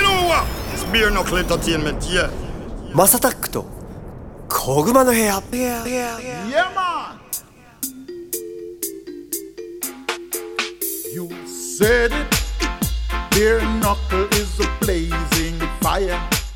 You know what? It's bare knuckle entertainment, yeah. マサタックと小熊の部屋。 Yeah, man. You said it. Bare knuckle is a blazing fire.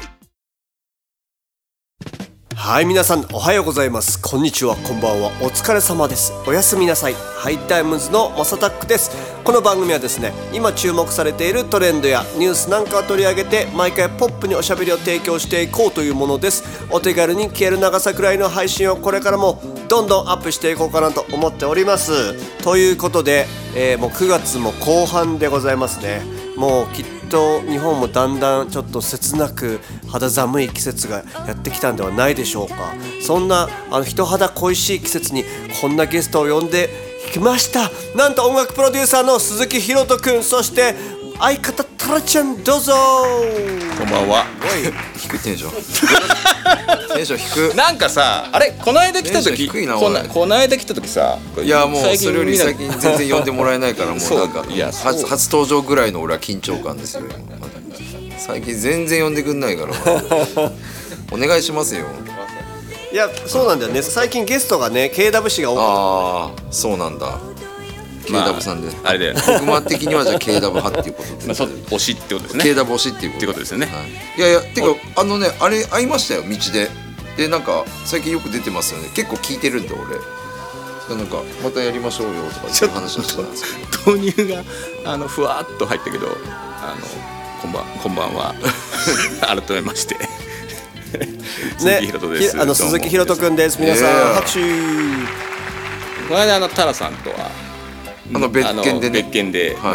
はい、皆さんおはようございます。こんにちは、こんばんは、お疲れ様です。おやすみなさい。ハイタイムズのマサタックです。この番組はですね、今注目されているトレンドやニュースなんかを取り上げて毎回ポップにおしゃべりを提供していこうというものです。お手軽に消える長さくらいの配信をこれからもどんどんアップしていこうかなと思っております。ということで、もう9月も後半でございますね。もうきっと日本もだんだんちょっと切なく肌寒い季節がやってきたんではないでしょうか。そんな人肌恋しい季節にこんなゲストを呼んできました。なんと音楽プロデューサーの鈴木ひろとくん、そして相方タラちゃん、どうぞ。 こんばんは。 低いテンションテンション低い。 なんかさ、あれこの間来た時、 低いなこの間来た時さ、 いやもうそれより最近全然呼んでもらえないからもうなんかいや初登場ぐらいの俺は緊張感ですよ。最近全然呼んでくんないからお願いしますよ。 いやそうなんだよね、最近ゲストがね KW 氏が多かっああそうなんだ。KW さんで、 あれだよね。 僕ま的にはじゃあ KW 派っていうことで、 推しってことですね。 KW 推しっていうってことですよね。 はい、いやいやてかあれ会いましたよ道でなんか最近よく出てますよね。結構聞いてるんで俺なんかまたやりましょうよとかっていう話をしてたんですけど導入がふわっと入ったけど、こんばんは改めまして鈴木ひろとです。 鈴木ひろとくんです。皆さん拍手。 この間タラさんとは別件でね、 別件で、 はい、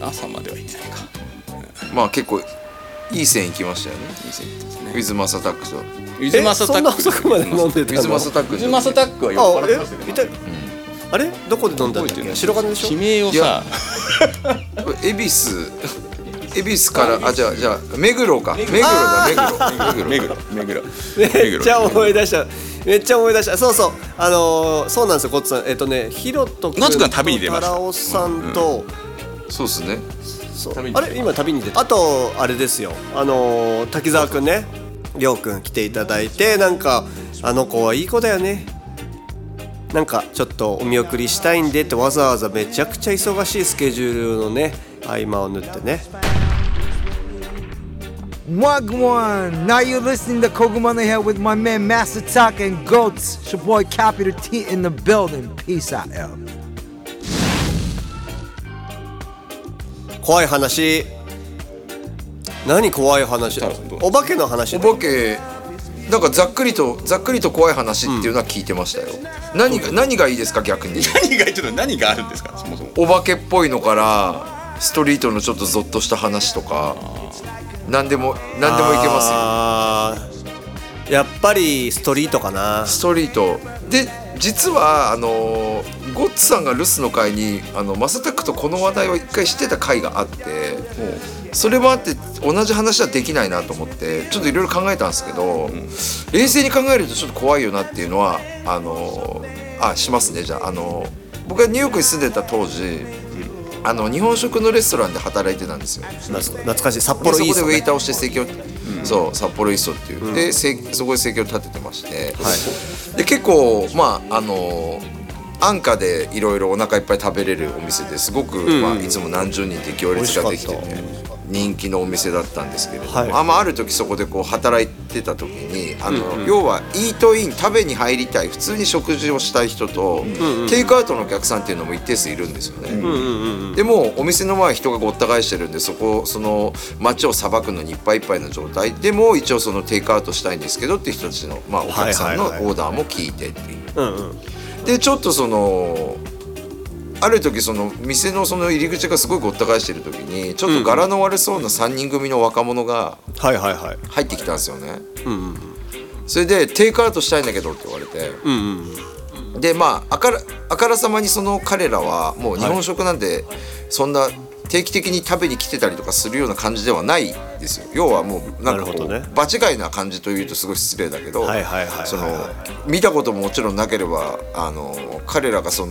朝までは行ってないか、 まあ結構いい線行きましたよね。 いい線ですね。 ウィズマサタックとウィズマサタック、 そんな遅くまで飲んでたの。 ウィズマサタック、 ウィズマサタックは酔っ払ってましたけど、 あれどこで飲んだんだっけ。白金でしょ。 地名をさ、 恵比寿からじゃあ目黒か。目黒だ。 目黒めっちゃ思い出した。そうそうなんですよ。こっちさんひろとくんと旅に出ました。 タラオさんと、 そうですね。 あれ今旅に出て、あとあれですよ、滝沢くんね、りょうくん来ていただいて、なんかあの子はいい子だよね、なんかちょっとお見送りしたいんでってわざわざめちゃくちゃ忙しいスケジュールのね合間を縫ってね。 Wagwan! Now you're listening to Koguma no Hair with my man Master Talk and Goats. It's your boy Capital T in the building. Peace out, yo. 怖い話。何怖い話？お化けの話。 お化けなんかざっくりと怖い話っていうのは聞いてましたよ。何がいいですか逆に。 何があるんですかそもそも。 お化けっぽいのからストリートのちょっとゾッとした話とか。何でもいけますよ。やっぱりストリートかな。 ストリートで実はゴッツさんが留守の会にマサタックとこの話題を一回してた回があって、それもあって同じ話はできないなと思ってちょっといろいろ考えたんですけど、冷静に考えるとちょっと怖いよなっていうのはしますね。じゃあ僕がニューヨークに住んでた当時日本食のレストランで働いてたんですよ。 懐かしい。札幌イースト、ね、 そこでウェイターをして生協、そう札幌イーストっていう、でそこで生協を立ててまして、で結構安価でいろいろお腹いっぱい食べれるお店ですごく、いつも何十人って行列ができてて人気のお店だったんですけれども、ある時そこでこう働いてた時に要はイートイン食べに入りたい普通に食事をしたい人と、テイクアウトのお客さんっていうのも一定数いるんですよね。でもお店の前人がごった返してるんでその街をさばくのにいっぱいいっぱいの状態でも一応そのテイクアウトしたいんですけどっていう人たちの、お客さんのオーダーも聞いてっていう。でちょっとある時その店のその入り口がすごいごった返してる時にちょっと柄の悪そうな3人組の若者が入ってきたんですよね。それでテイクアウトしたいんだけどって言われて、であからさまにその彼らはもう日本食なんでそんな定期的に食べに来てたりとかするような感じではないですよ。要はもうなんかこう、場違いな感じというとすごい失礼だけど、見たことももちろんなければ彼らがその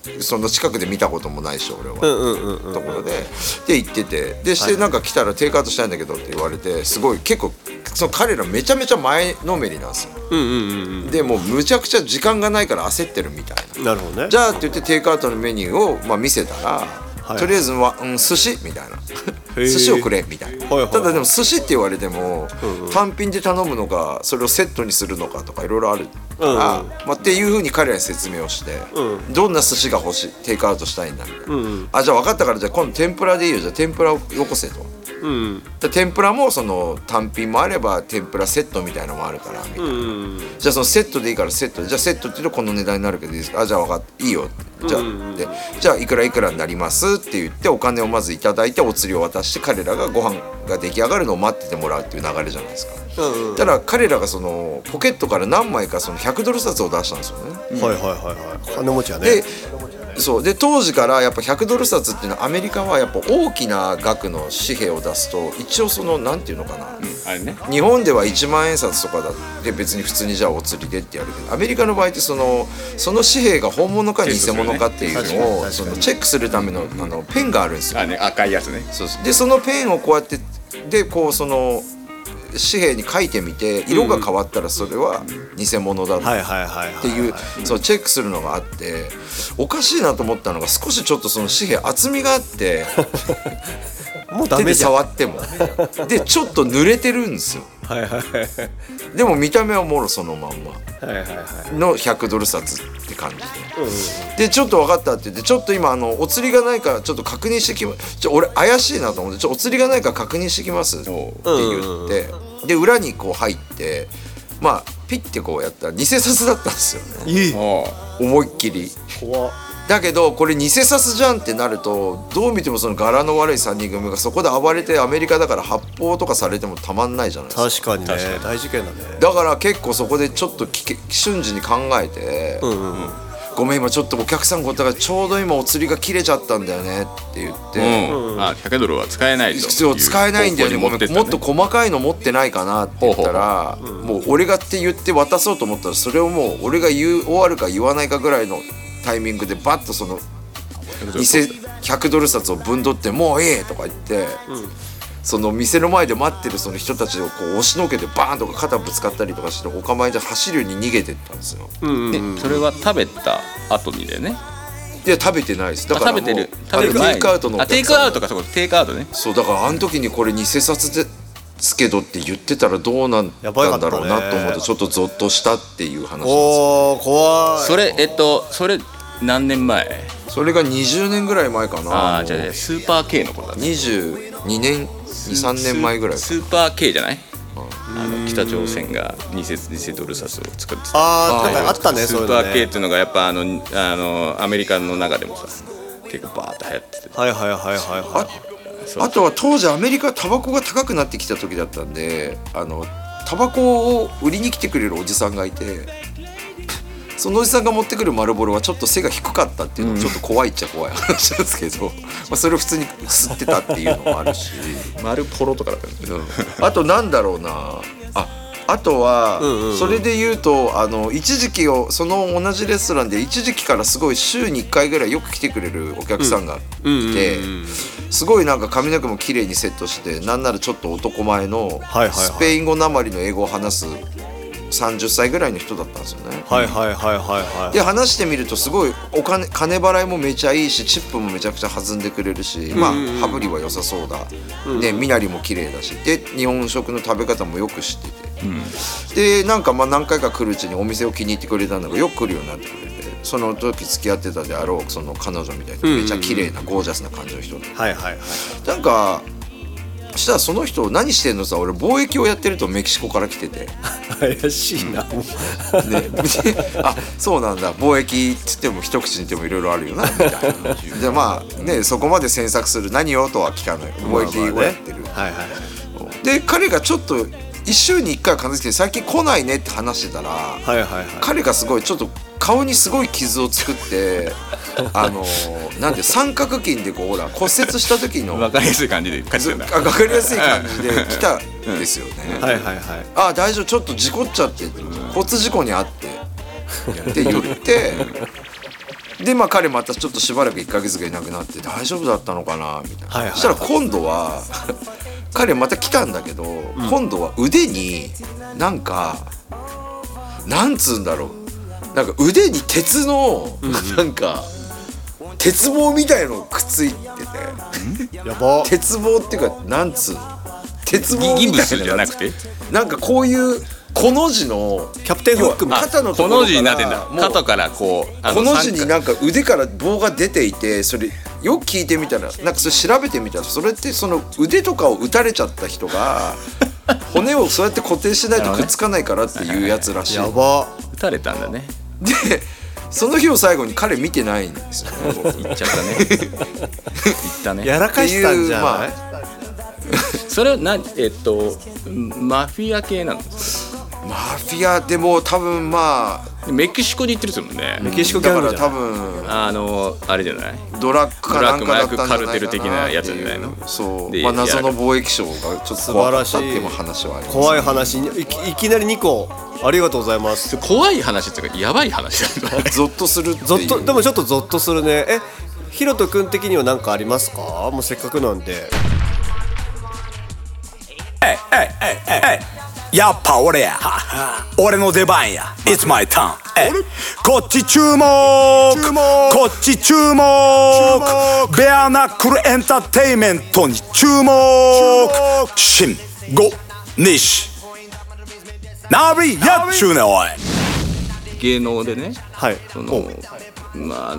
その近くで見たこともないし俺は、ところで行っててでしてなんか来たらテイクアウトしたいんだけどって言われてすごい結構その彼らめちゃめちゃ前のめりなんですよ、でもうむちゃくちゃ時間がないから焦ってるみたいな。 なるほどね。 じゃあって言ってテイクアウトのメニューをまあ見せたら、とりあえずは、寿司みたいな寿司をくれみたいな、ただでも寿司って言われても、単品で頼むのかそれをセットにするのかとかいろいろあるから、まあ、っていうふうに彼らに説明をして、どんな寿司が欲しいテイクアウトしたいんだみたいな、あじゃあ分かったからじゃあ今度天ぷらでいいよじゃあ天ぷらをよこせと。で天ぷらもその単品もあれば天ぷらセットみたいなのもあるからみたいな、じゃあそのセットでいいからセットでじゃあセットっていうとこの値段になるけどいいですか、あじゃあ分かったいいよじゃあ、じゃあいくらいくらになりますって言ってお金をまずいただいてお釣りを渡して彼らがご飯が出来上がるのを待っててもらうっていう流れじゃないですか。ただ彼らがそのポケットから何枚かその100ドル札を出したんですよね。 金持ちはね。 そうで当時からやっぱ100ドル札っていうのはアメリカはやっぱ大きな額の紙幣を出すと一応そのなんていうのかな、 あれね、 日本では1万円札とかだって別に普通にじゃあお釣りでってやるけどアメリカの場合ってその紙幣が本物か偽物かっていうのをそのチェックするためのペンがあるんですよ。 赤いやつね。 そうでそのペンをこうやってでこうその紙幣に書いてみて色が変わったらそれは偽物だっていうそうチェックするのがあっておかしいなと思ったのが少しちょっとその紙幣厚みがあってもうダメじゃん。 手で触ってもでちょっと濡れてるんですよ。でも見た目はもろそのまんまの100ドル札って感じで、でちょっと分かったって言ってちょっと今お釣りがないからちょっと確認してきます俺怪しいなと思ってお釣りがないから確認してきますって言ってで裏にこう入ってまあピッてこうやったら偽札だったんですよね。思いっきりだけどこれ偽札じゃんってなるとどう見てもその柄の悪い3人組がそこで暴れてアメリカだから発砲とかされてもたまんないじゃないですか。 確かにね大事件だね。 だから結構そこでちょっと瞬時に考えて、ごめん今ちょっとお客さんがちょうど今お釣りが切れちゃったんだよねって言って、 100ドルは使えないと使えないんだよね、ごめんもっと細かいの持ってないかなって言ったらもう俺がって言って渡そうと思ったらそれをもう俺が言う終わるか言わないかぐらいのタイミングでバッとその100ドル札をぶんどってもうええとか言って、その店の前で待ってるその人たちをこう押しのけてバーンとか肩ぶつかったりとかしてお構いで走るように逃げてったんですよ。 でそれは食べた後にだよね。 いや食べてないです。だからもう食べる前にテイクアウトのお客さんテイクアウトかそうテイクアウトね。 そうだからあの時にこれ偽札ですけどって言ってたらどうなんだろうなと思ってちょっとゾッとしたっていう話なんですよ。 おー怖い。 それ何年前？ それが20年ぐらい前かな。 じゃあスーパー K のことだね。 22年23年前ぐらいか。 スーパー K じゃない？北朝鮮が偽ドル札を作ってた。 あったね。 スーパー K っていうのがやっぱアメリカの中でもさ結構バーッと流行ってて。 あとは当時アメリカタバコが高くなってきた時だったんでタバコを売りに来てくれるおじさんがいてそのおじさんが持ってくる丸ボロはちょっと背が低かったっていうのもちょっと怖いっちゃ怖い話なんですけど、それを普通に吸ってたっていうのもあるし丸ポロとかだったんですよ。 あとなんだろうなあとはそれで言うと一時期その同じレストランで一時期からすごい週に1回ぐらいよく来てくれるお客さんがいてすごいなんか髪の毛も綺麗にセットしてなんならちょっと男前のスペイン語なまりの英語を話す30歳ぐらいの人だったんですよね。で話してみるとすごい金払いもめちゃいいしチップもめちゃくちゃ弾んでくれるし羽振りは良さそうだ、身なりも綺麗だしで日本食の食べ方もよく知ってて、でなんか何回か来るうちにお店を気に入ってくれたんだけどよく来るようになってくれてその時付き合ってたであろうその彼女みたいなめちゃ綺麗なゴージャスな感じの人で、なんかしたらその人何してんのさ俺貿易をやってるとメキシコから来てて怪しいな、 あそうなんだ貿易って言っても一口に言ってもいろいろあるよなみたいなでまあねそこまで詮索する何をとは聞かない貿易をやってる、で彼がちょっと1週に1回は必ず来て最近来ないねって話してたら、彼がすごいちょっと顔にすごい傷を作ってなんで三角筋でこうほら骨折した時の分かりやすい感じで書いてたんだ。 分かりやすい感じで来たんですよね。あ大丈夫ちょっと事故っちゃって交通事故にあってって言ってでまあ彼またちょっとしばらく1ヶ月がいなくなって大丈夫だったのかなみたいな、 はいはいはい、 そしたら今度は彼また来たんだけど、今度は腕になんかなんつうんだろう、なんか腕に鉄のなんか鉄棒みたいのくっついてて、 やば鉄棒っていうかなんつうの、鉄棒みたいなギブスじゃなくてなんかこういうこの字のキャプテンフックみたいな肩のとこころの字になってんだ。 もう肩からこうこの字になんか腕から棒が出ていて、それよく聞いてみたらなんかそれ調べてみたら、それってその腕とかを打たれちゃった人が骨をそうやって固定しないとくっつかないからっていうやつらしい。 やば打たれたんだね。 でその日を最後に彼見てないんですよね。 行っちゃったね。行ったね。 やらかしたんじゃない、 まあそれはマフィア系なんですマフィアでも多分まあか。メキシコで行ってるっすもんね。 メキシコギだからャングじゃん。 多分あれじゃない。 ドラッグかなんかだったんじゃないかなっていうドラッグ麻薬カルテル的なやつじゃないの。 そう、 でまあ、謎の貿易商がちょっと素怖晴しいからったっていう話はあります。 怖い話にいきなり2個ありがとうございます。 怖い話っていうかやばい話だよね。 ゾッとするっていう。 ゾッとでもちょっとゾッとするね。ヒロト君的には何かありますか？もうせっかくなんで。 やっぱ俺や俺の出番や It's my turn こっち注目こっち注目ベアナックルエンターテイメントに注目新五西ナビやっちゅうねおい芸能でね、 はい。 そのまあ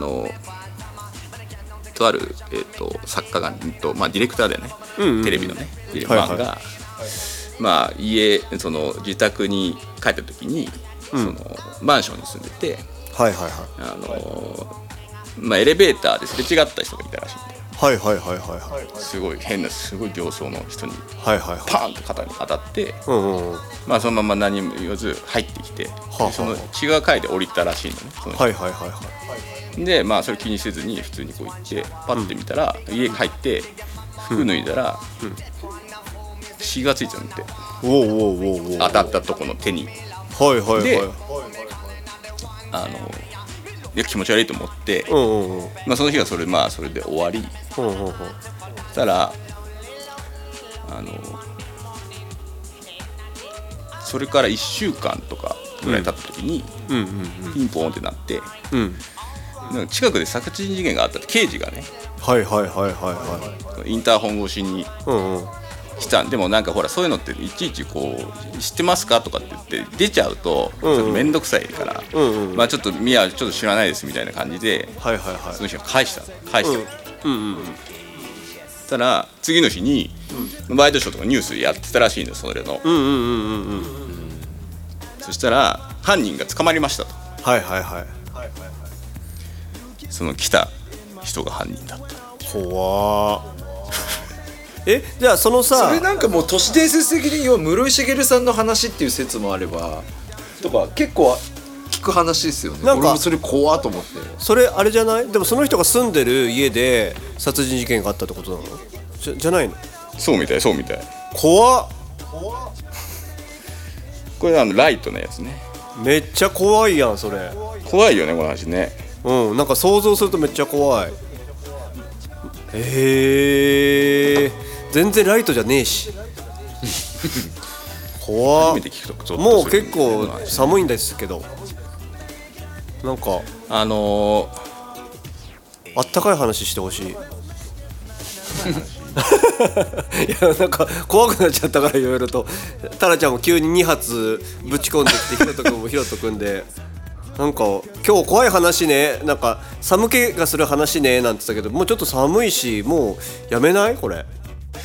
とある作家がディレクターでね、テレビのねディレクターが、まあその自宅に帰った時に、そのマンションに住んでて、 はいはいはい。 エレベーターですれ違った人がいたらしいんで、 はいはいはいはいはい。 すごい変なすごい形相の人にはいはいはい。 パーンと肩に当たって、 うんうん。 まあそのまま何も言わず入ってきて、 あでその違う階で降りたらしいのね。その人はいはいはいはい。 でまあそれ気にせずに普通にこう行ってパッて見たら、家帰って服脱いだら、血がついてるんで、 おおおおお。 当たったとこの手に。 はいはいはい。 でいや気持ち悪いと思って、 うんうんまあ、その日はそれで終わり。 うんうんうん。 そしたらそれから1週間とかぐらい経った時に、ピンポーンってなって、なんか近くで殺人事件があったって刑事がね、 はいはいはいはいインターホン越しに来た。でもなんかほらそういうのっていちいちこう知ってますかとかって言って出ちゃうとちょっと面倒くさいから、まあちょっとちょっと知らないですみたいな感じで、 はいはいはい。 その人が返したそしたら次の日にワイドショーとかニュースやってたらしいんですそれの。そしたら犯人が捕まりましたと。 はいはいはい。 その来た人が犯人だった。 怖ー。じゃあそのさ、 それなんかもう都市伝説的に要は室井茂さんの話っていう説もあればとか結構聞く話ですよね。 なんか俺もそれ怖っと思って。 それあれじゃない？でもその人が住んでる家で殺人事件があったってことなの？じゃないの？ そうみたいそうみたい。 怖っ。 これライトのやつね。 めっちゃ怖いやんそれ。 怖いよねこの話ね。 なんか想像するとめっちゃ怖い。全然ライトじゃねえし。怖っ。 初めて聞くとちょっともう結構寒いんですけど、なんかあったかい話してほしい。いやなんか怖くなっちゃったからいろいろと。タラちゃんも急に2発ぶち込んできて、ヒロト君もヒロト君でなんか今日怖い話ね、なんか寒気がする話ねなんて言ったけど、もうちょっと寒いしもうやめないこれ。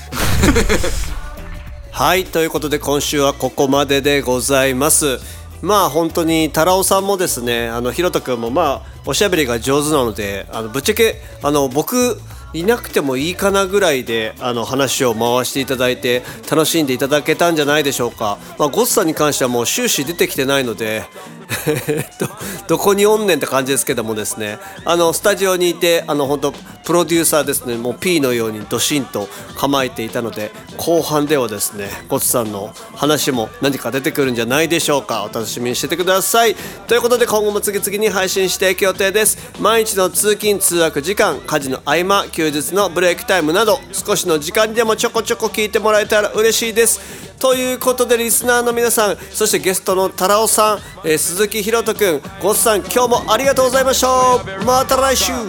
はい、ということで今週はここまででございます。まあ本当にタラオさんもですね、ヒロト君もまあおしゃべりが上手なので、ぶっちゃけ僕いなくてもいいかなぐらいで話を回していただいて楽しんでいただけたんじゃないでしょうか。ゴッツさんに関してはもう終始出てきてないので、 どこにおんねんって感じですけどもですね、スタジオにいて本当プロデューサーですね、もう P のようにドシンと構えていたので、後半ではですねゴツさんの話も何か出てくるんじゃないでしょうか。お楽しみにしててください。ということで今後も次々に配信していく予定です。毎日の通勤通学時間、家事の合間、休日のブレイクタイムなど少しの時間にでもちょこちょこ聞いてもらえたら嬉しいです。ということでリスナーの皆さん、そしてゲストのタラオさん、鈴木ひろとくん、ゴツさん、今日もありがとうございました。また来週。